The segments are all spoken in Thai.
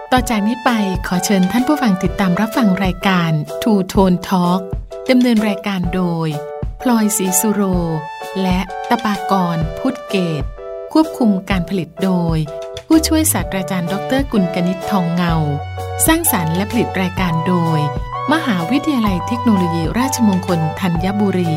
ต่อจากนี้ไปขอเชิญท่านผู้ฟังติดตามรับฟังรายการ Two Tone Talk ดำเนินรายการโดยพลอยศรีสุโรและตปากรพุทธเกตควบคุมการผลิตโดยผู้ช่วยศาสตราจารย์ดร.กุลกนิษฐ์ทองเงาสร้างสรรค์และผลิตรายการโดยมหาวิทยาลัยเทคโนโลยีราชมงคลธัญบุรี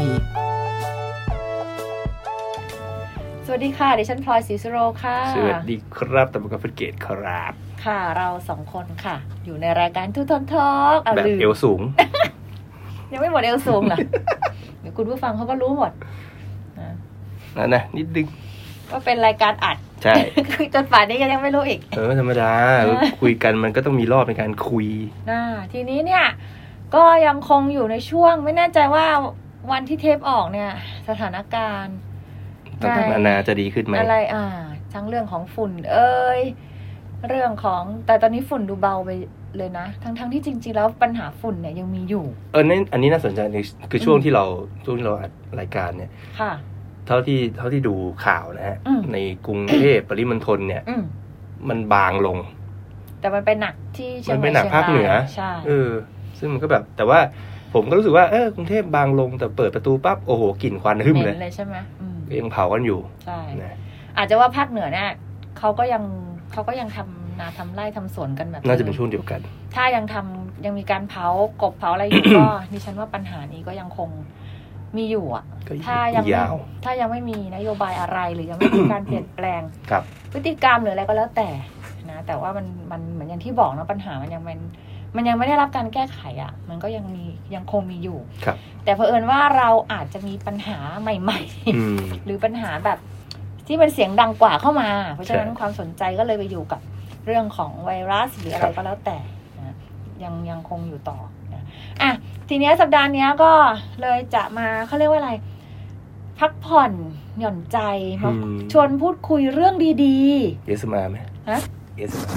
สวัสดีค่ะดิฉันพลอยศรีสุโรค่ะสวัสดีครับตปากรพุทธเกตครับค่ะเราสองคนค่ะอยู่ในรายการTwo Tone Talk แบบเอวสูงยังไม่หมดเอวสูงเหรอ เดี๋ยวคุณผู้ฟังเขาก็รู้หมดนั่นนะนิดนึงก็เป็นรายการอัดใช่จนป่านนี้ก็ยังไม่รู้อีกธรรมดา คุยกันมันก็ต้องมีรอบในการคุยทีนี้เนี่ยก็ยังคงอยู่ในช่วงไม่แน่ใจว่าวันที่เทปออกเนี่ยสถานการณ์ต่างๆนานาจะดีขึ้นไหมอะไรทั้งเรื่องของฝุ่นเรื่องของแต่ตอนนี้ฝุ่นดูเบาไปเลยนะทั้งที่จริงๆแล้วปัญหาฝุ่นเนี่ยยังมีอยู่อันนี้น่าสนใจคือช่วงที่เราอัดรายการเนี่ยค่ะเท่าที่ดูข่าวนะฮะในกรุงเทพปริมณฑลเนี่ยมันบางลงแต่มันไปหนักที่เชียงใหม่มันไปหนักภาคเหนือใช่ซึ่งมันก็แบบแต่ว่าผมก็รู้สึกว่ากรุงเทพบางลงแต่เปิดประตูปั๊บโอ้โหกลิ่นควันหึ่มเลยใช่ไหมยังเผากันอยู่ใช่อาจจะว่าภาคเหนือเนี่ยเขาก็ยังทำนาทำไร่ทำสวนกันแบบน่าจะเป็นช่วงเดียวกันถ้ายังมีการเผากบเผาอะไรอยู่ ก็ดิฉันว่าปัญหานี้ก็ยังคงมีอยู่อ่ะถ้ายังไม่มีนโยบายอะไรหรือยังไม่มีการเปลี่ยนแปลงพฤติกรรมหรืออะไรก็แล้วแต่นะแต่ว่ามันเหมือนอย่างที่บอกนะปัญหามันยังไม่ได้รับการแก้ไขอ่ะมันก็ยังคงมีอยู่แต่เผอิญว่าเราอาจจะมีปัญหาใหม่ๆหรือปัญหาแบบที่มันเสียงดังกว่าเข้ามาเพราะฉะนั้นความสนใจก็เลยไปอยู่กับเรื่องของไวรัสหรืออะไรก็แล้วแต่นะยังคงอยู่ต่อนะทีนี้สัปดาห์นี้ก็เลยจะมาเขาเรียกว่าอะไรพักผ่อนหย่อนใจมาชวนพูดคุยเรื่องดีๆ ASMR ไหมฮะ ASMR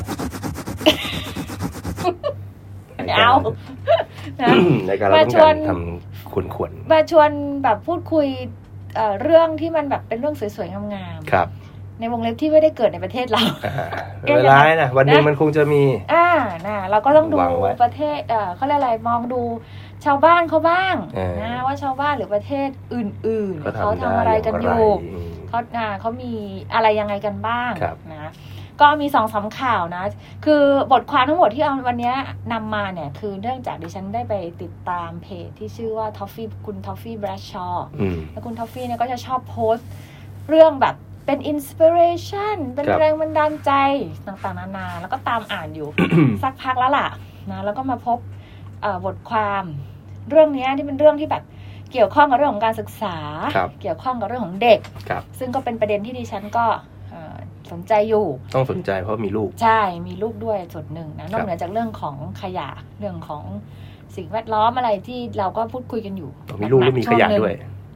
เอาในการเราต้องการทำขวนๆมาชวนแบบพูดคุยเรื่องที่มันแบบเป็นเรื่องสวยๆงามๆครับในวงเล็บที่ไม่ได้เกิดในประเทศเราไม่เป็นไรนะวันนึงมันคงจะมีเราก็ต้องดูประเทศเขาเรียกอะไรมองดูชาวบ้านเขาบ้างนะว่าชาวบ้านหรือประเทศอื่นๆเขาทำอะไรกันอยู่เขามีอะไรยังไงกันบ้างนะก็มี 2-3 ข่าวนะคือบทความทั้งหมดที่เอาวันนี้นำมาเนี่ยคือเนื่องจากดิฉันได้ไปติดตามเพจที่ชื่อว่าคุณทอฟฟี่แบรชชอว์แล้วคุณทอฟฟี่เนี่ยก็จะชอบโพสต์เรื่องแบบเป็นอินสปิเรชันเป็นแรงบันดาลใจต่างๆนานาแล้วก็ตามอ่านอยู่ สักพักแล้วล่ะนะแล้วก็มาพบบทความเรื่องนี้ที่เป็นเรื่องที่แบบเกี่ยวข้องกับเรื่องของการศึกษาเกี่ยวข้องกับเรื่องของเด็กซึ่งก็เป็นประเด็นที่ดิฉันก็สนใจอยู่ต้องสนใจเพราะมีลูกใช่มีลูกด้วยส่วนหนึ่งนะนอกเหนือจากเรื่องของขยะเรื่องของสิ่งแวดล้อมอะไรที่เราก็พูดคุยกันอยู่มีลูกแล้วมีขยะด้วย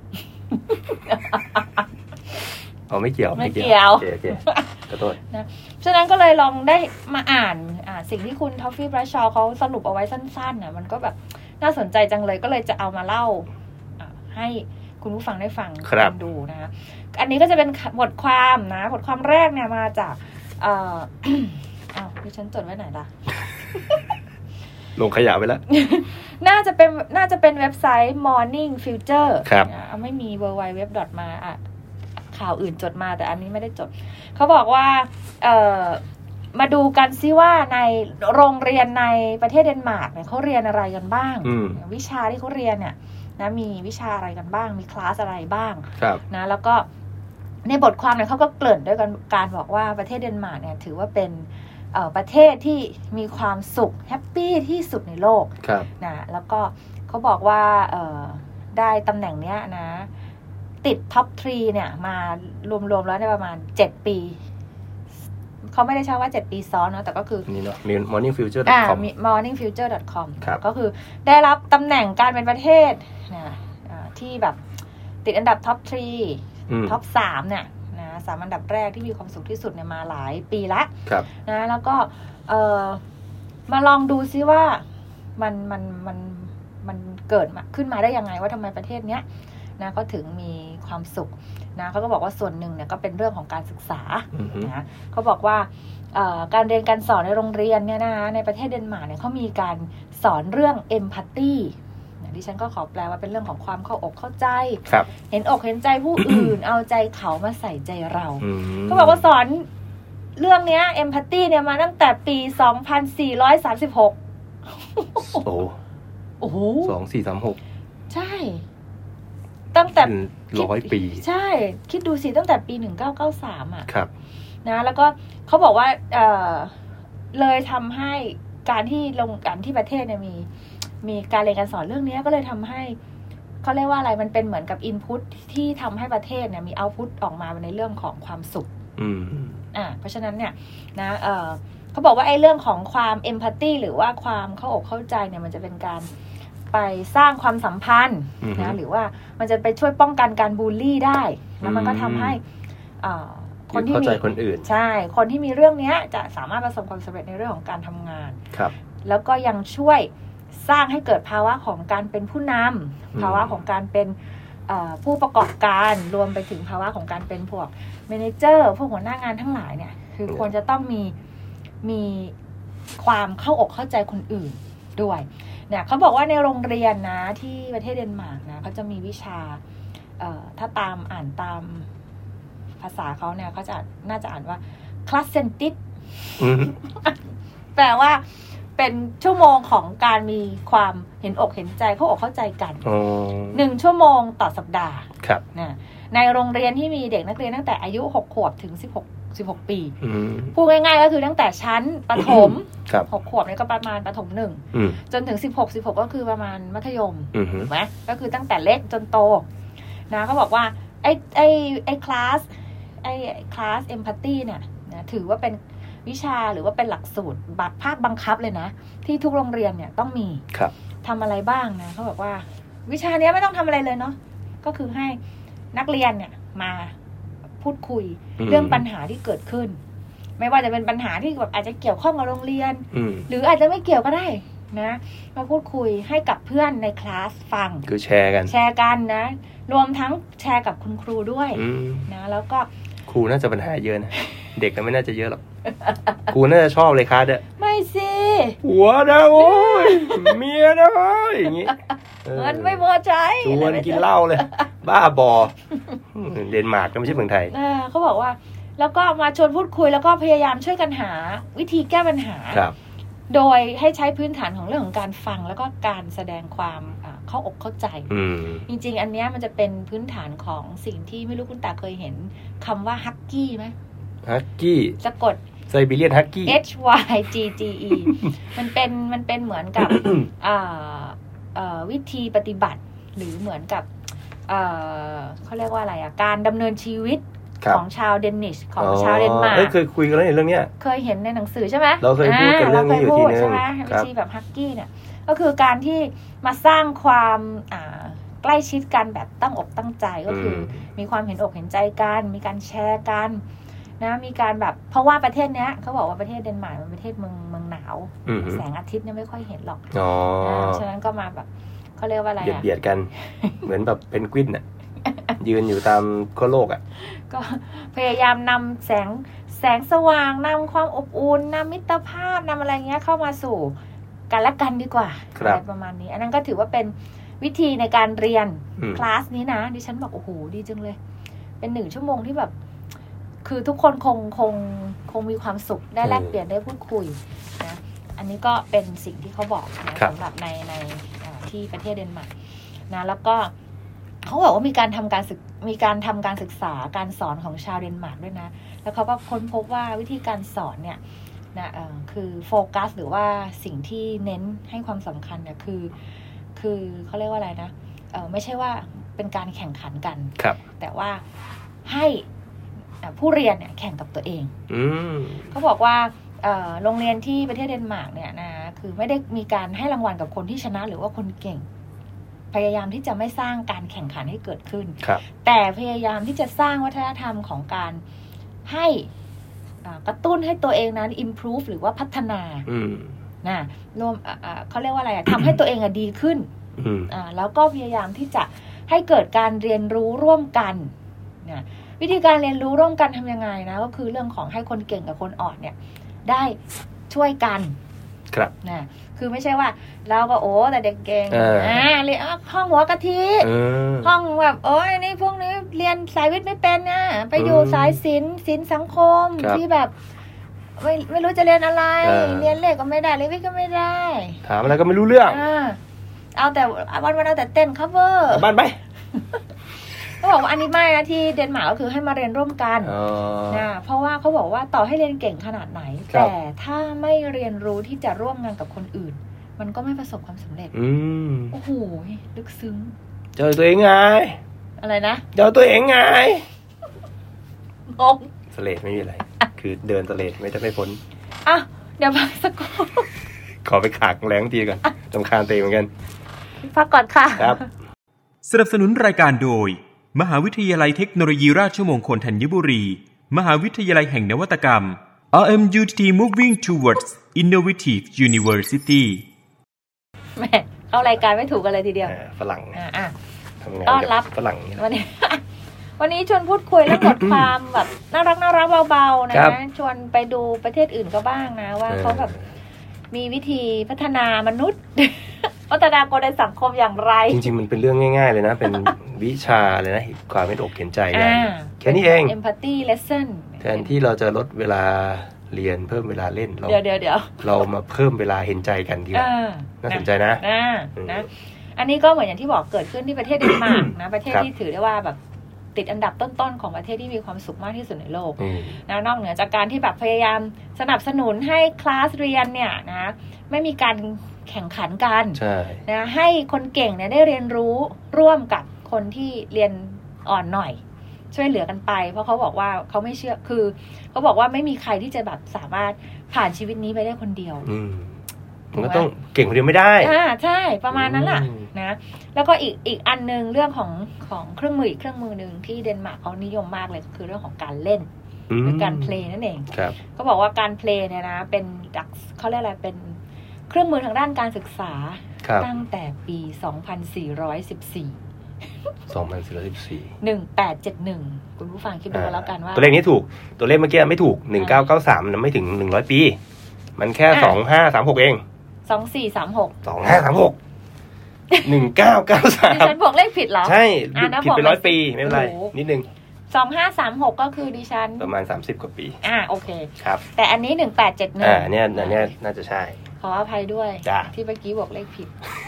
ไม่เกี่ยวโอเคขอโทษนะฉะนั้นก็เลยลองได้มาอ่านสิ่งที่คุณทอฟฟี่แบรชชอว์เขาสรุปเอาไว้สั้นๆน่ะมันก็แบบน่าสนใจจังเลยก็เลยจะเอามาเล่าให้คุณผู้ฟังได้ฟังกันดูนะอันนี้ก็จะเป็นบทความนะบทความแรกเนี่ยมาจากดิฉันจดไว้ไหนล่ะลงขยะไปแล้วน่าจะเป็นเว็บไซต์ Morning Future ไม่มี www. มาข่าวอื่นจดมาแต่อันนี้ไม่ได้จดเขาบอกว่ามาดูกันซิว่าในโรงเรียนในประเทศเดนมาร์กเนี่ยเขาเรียนอะไรกันบ้างวิชาที่เขาเรียนเนี่ยนะมีวิชาอะไรกันบ้างมีคลาสอะไรบ้างนะแล้วก็ในบทความเนี่ยเขาก็เกริ่นด้วยการบอกว่าประเทศเดนมาร์กเนี่ยถือว่าเป็นประเทศที่มีความสุขแฮปปี้ที่สุดในโลกนะแล้วก็เขาบอกว่าได้ตำแหน่งเนี้ยนะติดท็อป 3 เนี่ยมารวมๆแล้วในประมาณ7ปีเขาไม่ได้ใช้ว่า7ปีซ้อนเนาะแต่ก็คือนี่เนาะ morningfuture.com morningfuture.com ก็คือได้รับตำแหน่งการเป็นประเทศนะที่แบบติดอันดับท็อป 3 ท็อป 3 เนี่ยนะ3อันดับแรกที่มีความสุขที่สุดเนี่ยมาหลายปีแล้วนะแล้วก็มาลองดูซิว่ามันเกิดขึ้นมาได้ยังไงว่าทำไมประเทศเนี้ยนะก็ถึงมีความสุขนะเขาก็บอกว่าส่วนหนึ่งเนี่ยก็เป็นเรื่องของการศึกษานะเขาบอกว่าการเรียนการสอนในโรงเรียนเนี่ยนะในประเทศเดนมาร์กเนี่ยเขามีการสอนเรื่อง empathy ดิฉันก็ขอแปลว่าเป็นเรื่องของความเข้าอกเข้าใจเห็นอกเห็นใจผู้อื่น เอาใจเขามาใส่ใจเราเขาบอกว่าสอนเรื่องนี้ empathy เนี่ยมาตั้งแต่ปี2436โอ้โห2436ใช่ตั้งแต่ 100 ปีใช่คิดดูสิตั้งแต่ปี1993ครับนะแล้วก็เขาบอกว่าเลยทำให้การที่ประเทศเนี่ยมีการเรียนการสอนเรื่องนี้ก็เลยทำให้เขาเรียกว่าอะไรมันเป็นเหมือนกับอินพุตที่ทำให้ประเทศเนี่ยมีเอาท์พุตออกมาในเรื่องของความสุขเพราะฉะนั้นเนี่ยนะเขาบอกว่าไอ้เรื่องของความเอมพัตตีหรือว่าความเข้าอกเข้าใจเนี่ยมันจะเป็นการไปสร้างความสัมพันธ์นะหรือว่ามันจะไปช่วยป้องกันการบูลลี่ได้แล้วมันก็ทำให้คนที่เข้าใจคนอื่นใช่คนที่มีเรื่องนี้จะสามารถประสบความสำเร็จในเรื่องของการทำงานครับแล้วก็ยังช่วยสร้างให้เกิดภาวะของการเป็นผู้นำภาวะของการเป็นผู้ประกอบการรวมไปถึงภาวะของการเป็นพวกเมเนเจอร์พวกหัวหน้างานทั้งหลายเนี่ยคือควรจะต้องมีความเข้าอกเข้าใจคนอื่นด้วยเนี่ยเขาบอกว่าในโรงเรียนนะที่ประเทศเดนมาร์กนะเขาจะมีวิชาถ้าอ่านตามภาษาเขาเนี่ยเขาจะน่าจะอ่านว่า Klassentit แปลว่าเป็นชั่วโมงของการมีความเห็นอกเห็นใจเข้าอกเข้าใจกัน1 ชั่วโมงต่อสัปดาห์นะในโรงเรียนที่มีเด็กนักเรียนตั้งแต่อายุ6 ขวบถึง16 ปีพูดง่ายๆก็คือตั้งแต่ชั้นประถม6 ขวบนี่ก็ประมาณประถม1จนถึง16ก็คือประมาณมัธยมถูกไหมก็คือตั้งแต่เล็กจนโตนะเขาบอกว่าไอ้คลาสเอมพัตตี้เนี่ยนะถือว่าเป็นวิชาหรือว่าเป็นหลักสูตรภาคบังคับเลยนะที่ทุกโรงเรียนเนี่ยต้องมีทำอะไรบ้างนะเขาบอกว่าวิชานี้ไม่ต้องทำอะไรเลยเนาะก็คือให้นักเรียนเนี่ยมาพูดคุยเรื่องปัญหาที่เกิดขึ้นไม่ว่าจะเป็นปัญหาที่แบบอาจจะเกี่ยวข้องกับโรงเรียนหรืออาจจะไม่เกี่ยวก็ได้นะมาพูดคุยให้กับเพื่อนในคลาสฟังคือแชร์กันนะรวมทั้งแชร์กับคุณครูด้วยนะแล้วก็ครูน่าจะปัญหาเยอะนะเด็กก็ไม่น่าจะเยอะหรอกครูน่าจะชอบเลยค่ะเด้อไม่สิหัวนะโอ้ยเมียนะอย่างงี้เงินไม่พอใจชวนกินเหล้าเลยบ้าบอเดนมาร์กก็ไม่ใช่เมืองไทยเขาบอกว่าแล้วก็มาชวนพูดคุยแล้วก็พยายามช่วยกันหาวิธีแก้ปัญหาโดยให้ใช้พื้นฐานของเรื่องของการฟังแล้วก็การแสดงความเข้าอกเข้าใจจริงๆอันนี้มันจะเป็นพื้นฐานของสิ่งที่ไม่รู้คุณตาเคยเห็นคำว่าฮักกี้ไหมฮักกี้สะกดไซบีเรียนฮักกี้ HYGGE มันเป็นเหมือนกับวิธีปฏิบัติหรือเหมือนกับเขาเรียกว่าอะไรการดำเนินชีวิตของชาวเดนิชของชาวเดนมาร์กเคยคุยกันแล้วในเรื่องนี้เคยเห็นในหนังสือใช่ไหมเราเคยพูดกันเรื่องนี้อยู่ทีนึงใช่ไหมวิธีแบบฮักกี้เนี่ยก็คือการที่มาสร้างความใกล้ชิดกันแบบตั้งอกตั้งใจก็คือมีความเห็นอกเห็นใจกันมีการแชร์กันนะมีการแบบเพราะว่าประเทศเนี้ยเขาบอกว่าประเทศเดนมาร์กเป็นประเทศเมืองหนาวแสงอาทิตย์เนี่ยไม่ค่อยเห็นหรอกฉะนั้นก็มาแบบเขาเรียกว่าอะไรเบียดกันเหมือนแบบเพนกวินน่ะยืนอยู่ตามขั้วโลกอ่ะก็พยายามนำแสงสว่างนำความอบอุ่นนำมิตรภาพนำอะไรเงี้ยเข้ามาสู่กันและกันดีกว่าอะไรประมาณนี้อันนั้นก็ถือว่าเป็นวิธีในการเรียนคลาสนี้นะดิฉันบอกโอ้โหดีจังเลยเป็น1 ชั่วโมงที่แบบคือทุกคนคงมีความสุขได้แลกเปลี่ยนได้พูดคุยนะอันนี้ก็เป็นสิ่งที่เขาบอกนะสำหรับในที่ประเทศเดนมาร์กนะแล้วก็เขาบอกว่ามีการทำการศึกษาการสอนของชาวเดนมาร์กด้วยนะแล้วเขาก็ค้นพบว่าวิธีการสอนเนี่ยนะคือโฟกัสหรือว่าสิ่งที่เน้นให้ความสำคัญเนี่ยคือเขาเรียกว่าอะไรนะไม่ใช่ว่าเป็นการแข่งขันกันแต่ว่าให้ผู้เรียนเนี่ยแข่งกับตัวเองเขาบอกว่าโรงเรียนที่ประเทศเดนมาร์กเนี่ยนะคือไม่ได้มีการให้รางวัลกับคนที่ชนะหรือว่าคนเก่งพยายามที่จะไม่สร้างการแข่งขันให้เกิดขึ้นแต่พยายามที่จะสร้างวัฒนธรรมของการให้กระตุ้นให้ตัวเองนั้น improve หรือว่าพัฒนานะรวมเขาเรียกว่าอะไรทำให้ตัวเองดีขึ้นแล้วก็พยายามที่จะให้เกิดการเรียนรู้ร่วมกันนะวิธีการเรียนรู้ร่วมกันทำยังไงนะก็คือเรื่องของให้คนเก่งกับคนอ่อนเนี่ยได้ช่วยกันครับนะคือไม่ใช่ว่าเราก็โอ้แต่เด็กเก่งเรียนห้องหัวกะทิห้องแบบโอ้ยนี่พวกนี้เรียนสายวิทย์ไม่เป็นนะไปอยู่สายศิลป์สังคมที่แบบไม่รู้จะเรียนอะไรเรียนเลขก็ไม่ได้เรียนวิทย์ก็ไม่ได้ถามอะไรก็ไม่รู้เรื่องเอาแต่วันเอาแต่เต้น cover บ้านไปเขาบอกว่าอันนี้ไม่นะที่เดนมาร์กก็คือให้มาเรียนร่วมกันนะเพราะว่าเขาบอกว่าต่อให้เรียนเก่งขนาดไหนแต่ถ้าไม่เรียนรู้ที่จะร่วมงานกับคนอื่นมันก็ไม่ประสบความสำเร็จโอ้โหลึกซึ้งเจอตัวเองไงอะไรนะเจอตัวเองไงงงสเลดไม่มีอะไรคือเดินสเลดไม่จะไม่พ้นอ่ะเดี๋ยวพักสักครู่ขอไปขากแรงทีก่อนรำคาญเตะเหมือนกันพักก่อนค่ะครับสนับสนุนรายการโดยมหาวิทยาลัยเทคโนโลยีราชมงคลธัญบุรีมหาวิทยาลัยแห่งนวัตกรรม RMUTT Moving Towards Innovative University แม่เข้ารายการไม่ถูกกันเลยทีเดียวฝรั่งต้อนรับฝรั่งวันนี้ชวนพูดคุยเรื่องบทความแบบน่ารักเบาๆนะชวนไปดูประเทศอื่นก็บ้างนะว่าเขาแบบมีวิธีพัฒนามนุษย์พัฒนาคนในสังคมอย่างไรจริงๆมันเป็นเรื่องง่ายๆเลยนะเป็นวิชาเลยนะความเห็นอกเห็นใจกันแค่นี้เอง empathy lesson แทนที่เราจะลดเวลาเรียนเพิ่มเวลาเล่นเดี๋ยวเรามาเพิ่มเวลาเห็นใจกันดีกว่าน่าสนใจนะอันนี้ก็เหมือนอย่างที่บอกเกิดขึ้นที่ประเทศเดนมาร์กนะประเทศที่ถือได้ว่าแบบติดอันดับต้นๆของประเทศที่มีความสุขมากที่สุดในโลกนะนอกเหนือจากการที่แบบพยายามสนับสนุนให้คลาสเรียนเนี่ยนะไม่มีการแข่งขันกันนะให้คนเก่งเนี่ยได้เรียนรู้ร่วมกับคนที่เรียนอ่อนหน่อยช่วยเหลือกันไปเพราะเขาบอกว่าเขาไม่เชื่อคือเขาบอกว่าไม่มีใครที่จะแบบสามารถผ่านชีวิตนี้ไปได้คนเดียวมันก็ต้องเก่งคนเดียวไม่ได้ใช่ประมาณนั้นแหละนะแล้วก็อีกอันนึงเรื่องของเครื่องมืออีกเครื่องมือนึงที่เดนมาร์กเขานิยมมากเลยคือเรื่องของการเล่นหรือการเพลย์นั่นเองเขาบอกว่าการเพลย์เนี่ยนะเป็นเขาเรียกอะไรเป็นเครื่องมือทางด้านการศึกษาตั้งแต่ปี1871คุณผู้ฟังคิดดูแล้วกันว่าตัวเลขนี้ถูกตัวเลขเมื่อกี้ไม่ถูก1993มันไม่ถึง100ปีมันแค่2536เอง 2436 1993 ดิฉันบอกเลขผิดเหรอใช่ผิดไป100ปีไม่เป็นไรนิดนึง 2536ก็คือดิฉันประมาณ30กว่าปีโอเคครับแต่อันนี้1871 เนี่ยน่าจะใช่ขออภัยด้วยที่เมื่อกี้บอกเลขผิด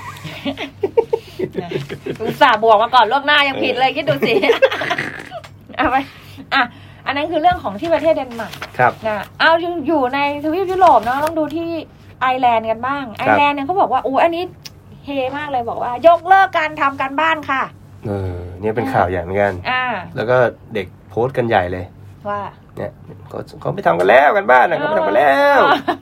อุตส่าห์บวกมาก่อนล่วงหน้ายังผิดเลยคิดดูสิเอาไปอันนั้นคือเรื่องของที่ประเทศเดนมาร์กครับนะเอาอยู่ในทวีปยุโรปเนาะต้องดูที่ไอร์แลนด์กันบ้างไอร์แลนด์เนี่ยเขาบอกว่าอันนี้เฮมากเลยบอกว่ายกเลิกการทำการบ้านค่ะเนี่ยเป็นข่าวใหญ่เหมือนกันแล้วก็เด็กโพสต์กันใหญ่เลยว่าเนี่ยเขาไม่ทำกันแล้วกันบ้านเขาไม่ทำกันแล้ว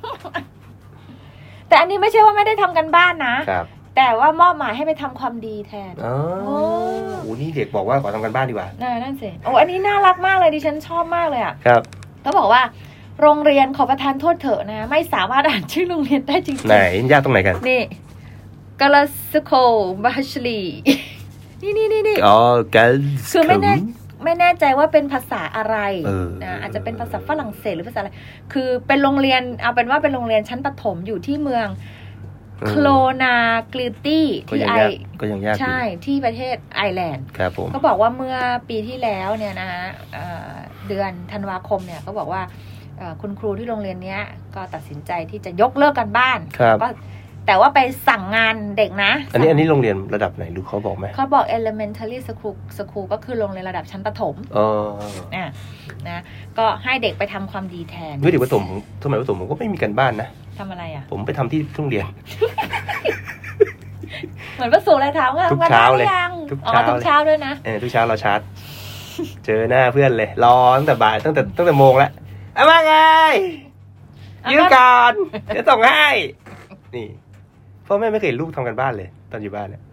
แต่อันนี้ไม่ใช่ว่าไม่ได้ทำกันบ้านนะครับแต่ว่ามอบหมายให้ไปทำความดีแทนนี่เด็กบอกว่าขอทำกันบ้านดีกว่านั่นสิอันนี้น่ารักมากเลยดิฉันชอบมากเลยครับเขาบอกว่าโรงเรียนขอประทานโทษเถอะนะไม่สามารถอ่านชื่อโรงเรียนได้จริงๆไหนยากตรงไหนกันนี่กาลาสโคบาชลีนี่คือไม่แน่ใจว่าเป็นภาษาอะไรนะอาจจะเป็นภาษาฝรั่งเศสหรือภาษาอะไรคือเป็นโรงเรียนเอาเป็นว่าเป็นโรงเรียนชั้นประถมอยู่ที่เมืองโคลนากลิตี้ที่ก็ยังยากใช่ที่ประเทศไอร์แลนด์เขาบอกว่าเมื่อปีที่แล้วเนี่ยนะเดือนธันวาคมเนี่ยเขาบอกว่าคุณครูที่โรงเรียนนี้ก็ตัดสินใจที่จะยกเลิกการบ้านแต่ว่าไปสั่งงานเด็กนะอันนี้โรงเรียนระดับไหนรู้เขาบอกไหมเขาบอก elementary school ก็คือโรงเรียนระดับชั้นประถมนะก็ให้เด็กไปทำความดีแทนเด็กประถมสมัยประถมผมก็ไม่มีการบ้านนะทำอะไรผมไปทำที่โรงเรียนเหมือนประสูเลยถามว่าทุกเช้าเลยทุกเช้าด้วยนะทุกเช้าเราชาร์จเจอหน้าเพื่อนเลยรอตั้งแต่บ่ายตั้งแต่โมงแล้วมาไงยืมก่อนจะส่งให้นี่พ่อแม่ไม่เคยลูกทำกันบ้านเลยตอนอยู่บ้านเนี่ย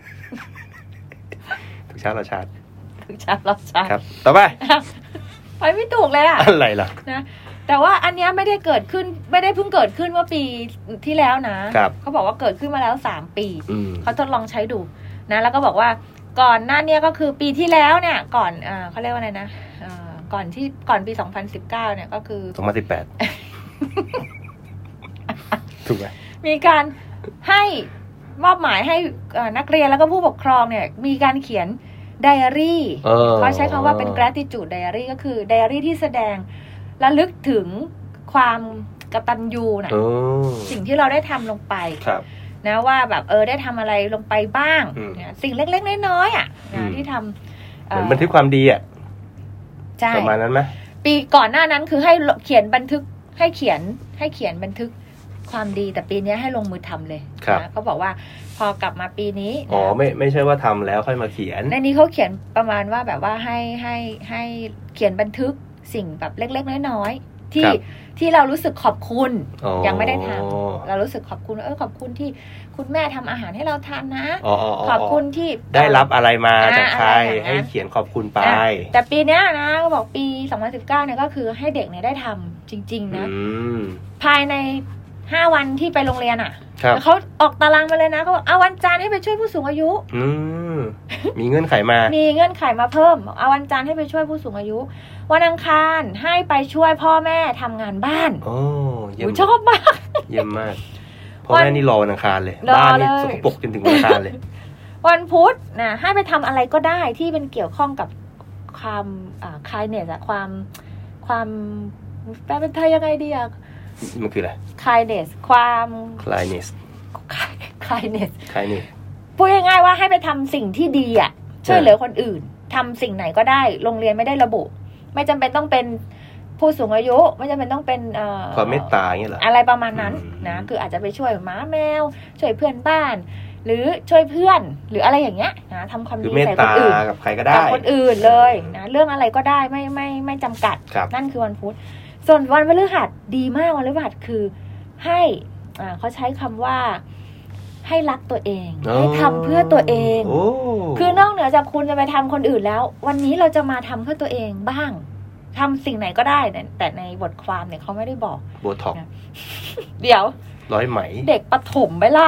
ทุกเช้าเราชาร์จครับต่อไปไม่ถูกเลยอะไรล่ะนะแต่ว่าอันนี้ไม่ได้เกิดขึ้นไม่ได้เพิ่งเกิดขึ้นเมื่อปีที่แล้วนะเขาบอกว่าเกิดขึ้นมาแล้ว3 ปีเขาทดลองใช้ดูนะแล้วก็บอกว่าก่อนหน้านี้ก็คือปีที่แล้วเนี่ยก่อนเขาเรียกว่าอะไรนะก่อนปี2019เนี่ยก็คือ 2018 ถูกไหมมีการให้มอบหมายให้นักเรียนแล้วก็ผู้ปกครองเนี่ยมีการเขียนไดอารี่เขาใช้คำว่าเป็น gratitude diary ก็คือไดอารี่ที่แสดงระลึกถึงความกตัญญูนะสิ่งที่เราได้ทำลงไปนะว่าแบบได้ทำอะไรลงไปบ้างสิ่งเล็กๆน้อยๆอ่ะที่ทำเหมือนบันทึกความดีอ่ะประมาณนั้นไหมปีก่อนหน้านั้นคือให้เขียนบันทึกให้เขียนบันทึกความดีแต่ปีนี้ให้ลงมือทำเลยนะเขาบอกว่าพอกลับมาปีนี้ไม่ใช่ว่าทำแล้วค่อยมาเขียนในนี้เขาเขียนประมาณว่าแบบว่าให้เขียนบันทึกสิ่งแบบเล็กๆน้อยๆที่เรารู้สึกขอบคุณยังไม่ได้ทำเรารู้สึกขอบคุณขอบคุณที่คุณแม่ทำอาหารให้เราทานนะขอบคุณที่ได้รับอะไรมาจากใครให้เขียนขอบคุณไปแต่ปีนี้นะก็บอกปี2019เนี่ยก็คือให้เด็กเนี่ยได้ทำจริงๆนะภายใน5 วันที่ไปโรงเรียนอ่ะเขาออกตารางมาเลยนะเขาบอกเอาวันจันทร์ให้ไปช่วยผู้สูงอายุมีเงื่อนไขมามีเงื่อนไขมาเพิ่มเอาวันจันทร์ให้ไปช่วยผู้สูงอายุวันอังคารให้ไปช่วยพ่อแม่ทำงานบ้านโอ้ชอบมากเยี่ยมมากพ่อแม่นี่รอวันอังคารเลยบ้านนี่สกปรกจนถึงวันอังคารเลยวันพุธนะให้ไปทำอะไรก็ได้ที่เป็นเกี่ยวข้องกับความkindness อะความแปลเป็นไทยยังไงดีอะมันคืออะไร kindness ความ kindness พูดง่ายๆว่าให้ไปทำสิ่งที่ดีอ่ะช่วยเหลือคนอื่นทำสิ่งไหนก็ได้โรงเรียนไม่ได้ระบุไม่จำเป็นต้องเป็นผู้สูงอายุไม่จำเป็นต้องเป็นความเมตตาอย่างเงี้ยเหรออะไรประมาณนั้นนะคืออาจจะไปช่วยหมาแมวช่วยเพื่อนบ้านหรือช่วยเพื่อนหรืออะไรอย่างเงี้ยนะทำความดีใส่คนอื่นกับใครก็ได้กับคนอื่นเลยนะเรื่องอะไรก็ได้ไม่จำกัดนั่นคือวันพุธส่วนวันพฤหัสดีมากวันพฤหัสคือให้เขาใช้คำว่าให้รักตัวเองให้ทำเพื่อตัวเองคือนอกเหนือจากคุณจะไปทำคนอื่นแล้ววันนี้เราจะมาทำเพื่อตัวเองบ้างทำสิ่งไหนก็ได้แต่ในบทความเนี่ยเขาไม่ได้บอกโบท็อกเดี๋ยวร้อยไหมเด็กประถมไปล่ะ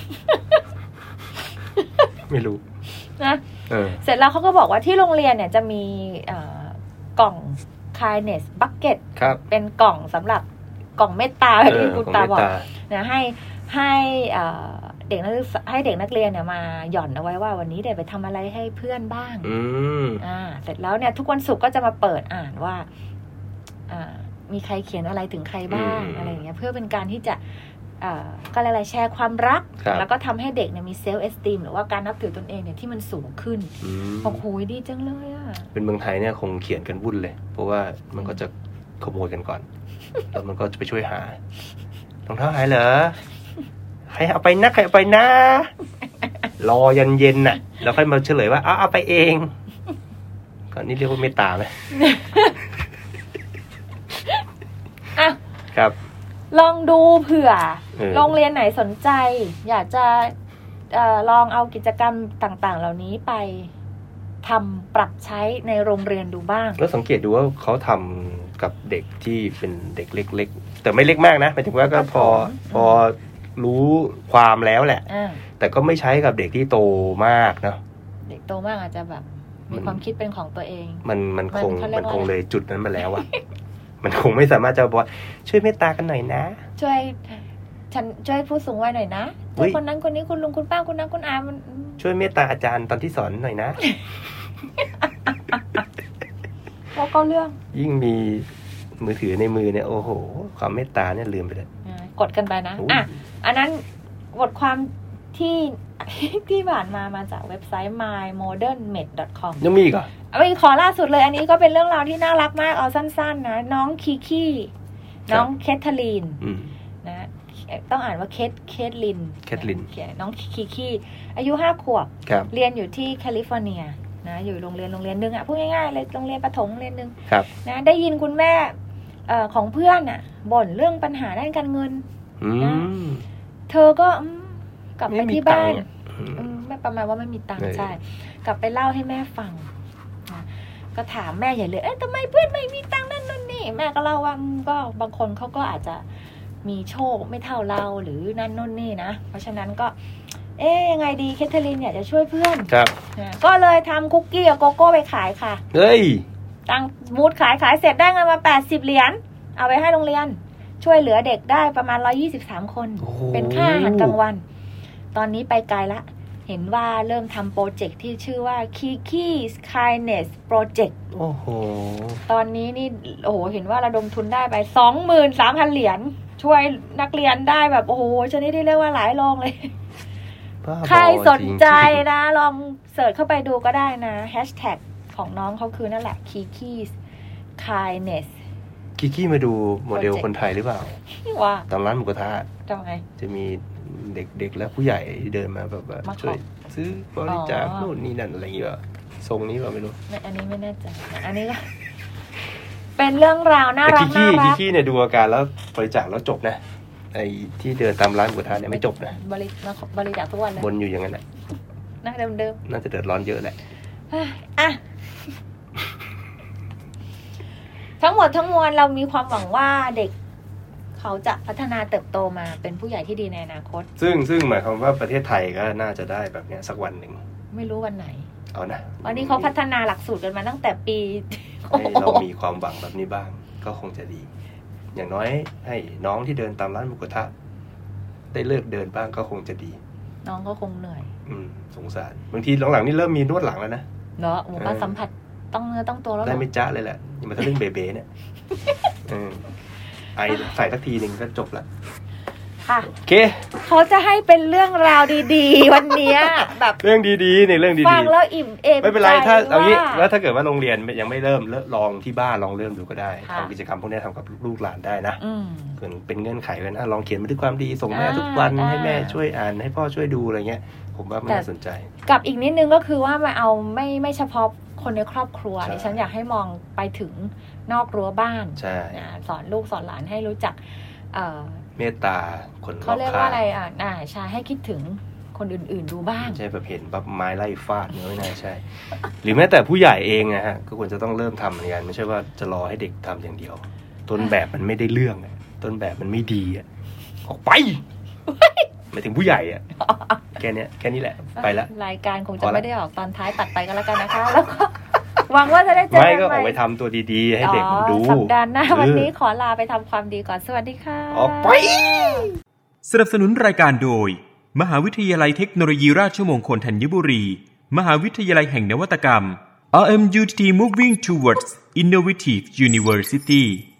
ไม่รู้นะเสร็จแล้วเขาก็บอกว่าที่โรงเรียนเนี่ยจะมีกล่องkindness bucket เป็นกล่องสำหรับกล่องเมตตาที่คุณตาบอกนะให้เด็กนักเรียนเนี่ยมาหย่อนเอาไว้ว่าวันนี้เด็กไปทำอะไรให้เพื่อนบ้างเสร็จแล้วเนี่ยทุกวันศุกร์ก็จะมาเปิดอ่านว่ามีใครเขียนอะไรถึงใครบ้างอะไรอย่างเงี้ยเพื่อเป็นการที่จะก็อะไรแชร์ความรักแล้วก็ทำให้เด็กเนี่ยมีเซลฟ์เอสติมหรือว่าการนับถือตนเองเนี่ยที่มันสูงขึ้นโอ้โหดีจังเลยอ่ะเป็นเมืองไทยเนี่ยคงเขียนกันวุ่นเลยเพราะว่ามันก็จะขโมยกันก่อนแล้วมันก็จะไปช่วยหารองเท้าหายเหรอใครเอาไปนะใครเอาไปนะรอยันเย็นน่ะแล้วค่อยมาเฉลยว่าเอาไปเองก่อนนี้เรียกว่าเมตตาไหมครับลองดูเผื่อโรงเรียนไหนสนใจอยากจะลองเอากิจกรรมต่างๆเหล่านี้ไปทำปรับใช้ในโรงเรียนดูบ้างแล้วสังเกตดูว่าเขาทำกับเด็กที่เป็นเด็กเล็กๆแต่ไม่เล็กมากนะหมายถึงว่าก็พอรู้ความแล้วแหละแต่ก็ไม่ใช้กับเด็กที่โตมากเนาะเด็กโตมากอาจจะแบบมีความคิดเป็นของตัวเองมันคงเลยจุดนั้นมาแล้วอะมันคงไม่สามารถจะบอกช่วยเมตตากันหน่อยนะช่วยผู้สูงวัยหน่อยนะช่วยคนนั้นคนนี้คุณลุงคุณป้าคุณน้าคุณอามันช่วยเมตตาอาจารย์ตอนที่สอนหน่อยนะแล้วก็เรื่องยิ่งมีมือถือในมือเนี่ยโอ้โหความเมตตาเนี่ยลืมไปเลยกดกันไปนะอันนั้นบทความที่ผ่านมาจากเว็บไซต์ mymodernmed.com ยังมีอีกเหรอขอล่าสุดเลยอันนี้ก็เป็นเรื่องราวที่น่ารักมากเอาสั้นๆนะน้องคีคีน้องเคทเธอรีนนะต้องอ่านว่าเคทลินน้องคีคีอายุ5 ขวบเรียนอยู่ที่แคลิฟอร์เนียนะอยู่โรงเรียนนึงอ่ะพูดง่ายๆเลยโรงเรียนประถมโรงเรียนนึงนะได้ยินคุณแม่ของเพื่อนอ่ะบ่นเรื่องปัญหาด้านการเงินนะเธอก็กลับไปที่บ้านแม่ประมาณว่าไม่มีตังค์ใช่กลับไปเล่าให้แม่ฟังนะก็ถามแม่ใหญ่เลยทำไมเพื่อนไม่มีตังค์นั่นนี่แม่ก็เล่าว่าก็บางคนเขาก็อาจจะมีโชคไม่เท่าเราหรือนั่นนี่นะเพราะฉะนั้นก็ยังไงดีแคทเธอรีนอยากจะช่วยเพื่อนครับก็เลยทำคุกกี้กับโกโก้ไปขายค่ะเฮ้ยตั้งบูธขายเสร็จได้เงินมา80เหรียญเอาไปให้โรงเรียนช่วยเหลือเด็กได้ประมาณ123คนเป็นค่าอาหารกลางวันตอนนี้ไปไกลละเห็นว่าเริ่มทำโปรเจกต์ที่ชื่อว่า Kiki's Kindness Project โอ้โหตอนนี้นี่โอ้โหเห็นว่าระดมทุนได้ไป 23,000 เหรียญช่วยนักเรียนได้แบบโอ้โหชนิดที่เรียกว่าหลายโรงเลยใครสนใจนะลองเสิร์ชเข้าไปดูก็ได้นะแฮชแท็กของน้องเขาคือนั่นแหละ Kiki's Kindness คิกี้มาดูโมเดลคนไทยหรือเปล่าว่าตามร้านหมูกระทะทำไมจะมีเด็กๆและผู้ใหญ่เดินมาแบบว่าช่วยซื้อบริจาคโน่นนี่นั่นอะไรอย่างเงี้ยทรงนี้เปล่าไม่รู้อันนี้ไม่แน่ใจอันนี้ก็เป็นเรื่องราวน่ารักน่ารักคิกี้เนี่ยดูอาการแล้วบริจาคแล้วจบนะไอ้ที่เดินตามร้านหมูกระทะเนี่ยไม่จบนะบริจาคทุกวันเลยบนอยู่อย่างนั้นแหละน่าเดิมน่าจะเดือดร้อนเยอะแหละอ่ะทั้งหมดทั้งมวลเรามีความหวังว่าเด็กเขาจะพัฒนาเติบโตมาเป็นผู้ใหญ่ที่ดีในอนาคตซึ่งหมายความว่าประเทศไทยก็น่าจะได้แบบนี้สักวันหนึ่งไม่รู้วันไหนเอานะวันนี้เขาพัฒนาหลักสูตรกันมาตั้งแต่ปีเรามีความหวังแบบนี้บ้างก็คงจะดีอย่างน้อยให้น้องที่เดินตามร้านหมูกระทะได้เลิกเดินบ้างก็คงจะดีน้องก็คงเหนื่อยสงสารบางทีหลังๆนี่เริ่มมีนวดหลังแล้วนะเนาะหมูกระสัมผัสต้องเนื้อต้องตัวแล้วได้ไม่จ้าเลยแหละอย่ามาทะลึ่งเบ๋เนี่ยไอใส่สักทีหนึ่งก็จบละค่ะโอเคเขาจะให้เป็นเรื่องราวดีๆวันนี้แบบเรื่องดีๆเนี่ยเรื่องดีๆฟังแล้วอิ่มเอมไม่เป็นไรถ้าเอางี้แล้วถ้าเกิดว่าโรงเรียนยังไม่เริ่มลองที่บ้านลองเริ่มดูก็ได้ทำกิจกรรมพวกนี้ทำกับลูกหลานได้นะเป็นเงื่อนไขเลยนะลองเขียนบันทึกความดีส่งแม่ทุกวันให้แม่ช่วยอ่านให้พ่อช่วยดูอะไรเงี้ยผมว่ามันน่าสนใจกับอีกนิดนึงก็คือว่ามาเอาไม่เฉพาะคนในครอบครัวดิฉันอยากให้มองไปถึงนอกรั้วบ้านสอนลูกสอนหลานให้รู้จักเมตตาคนรอบข้างเขาเรียกว่าอะไรใช่ให้คิดถึงคนอื่นๆดูบ้างใช่แบบเห็นแบบไม้ไล่ฟาดไม่น่าใช่หรือแม้แต่ผู้ใหญ่เองนะฮะก็ควรจะต้องเริ่มทำเหมือนกันไม่ใช่ว่าจะรอให้เด็กทำอย่างเดียวต้นแบบมันไม่ได้เรื่องต้นแบบมันไม่ดีออกไปหมายถึงผู้ใหญ่แค่นี้แหละไปละรายการคงจะไม่ได้ออกตอนท้ายตัดไปก็แล้วกันนะคะแล้วก็หวังว่าจะได้เจอกันใหม่ไม่ก็ออกไปทำตัวดีๆให้เด็กมันดูสัปดาห์หน้าวันนี้ขอลาไปทำความดีก่อนสวัสดีค่ะออกไปสนับสนุนรายการโดยมหาวิทยาลัยเทคโนโลยีราชมงคลธัญบุรีมหาวิทยาลัยแห่งนวัตกรรม RMUTT Moving Towards Innovative University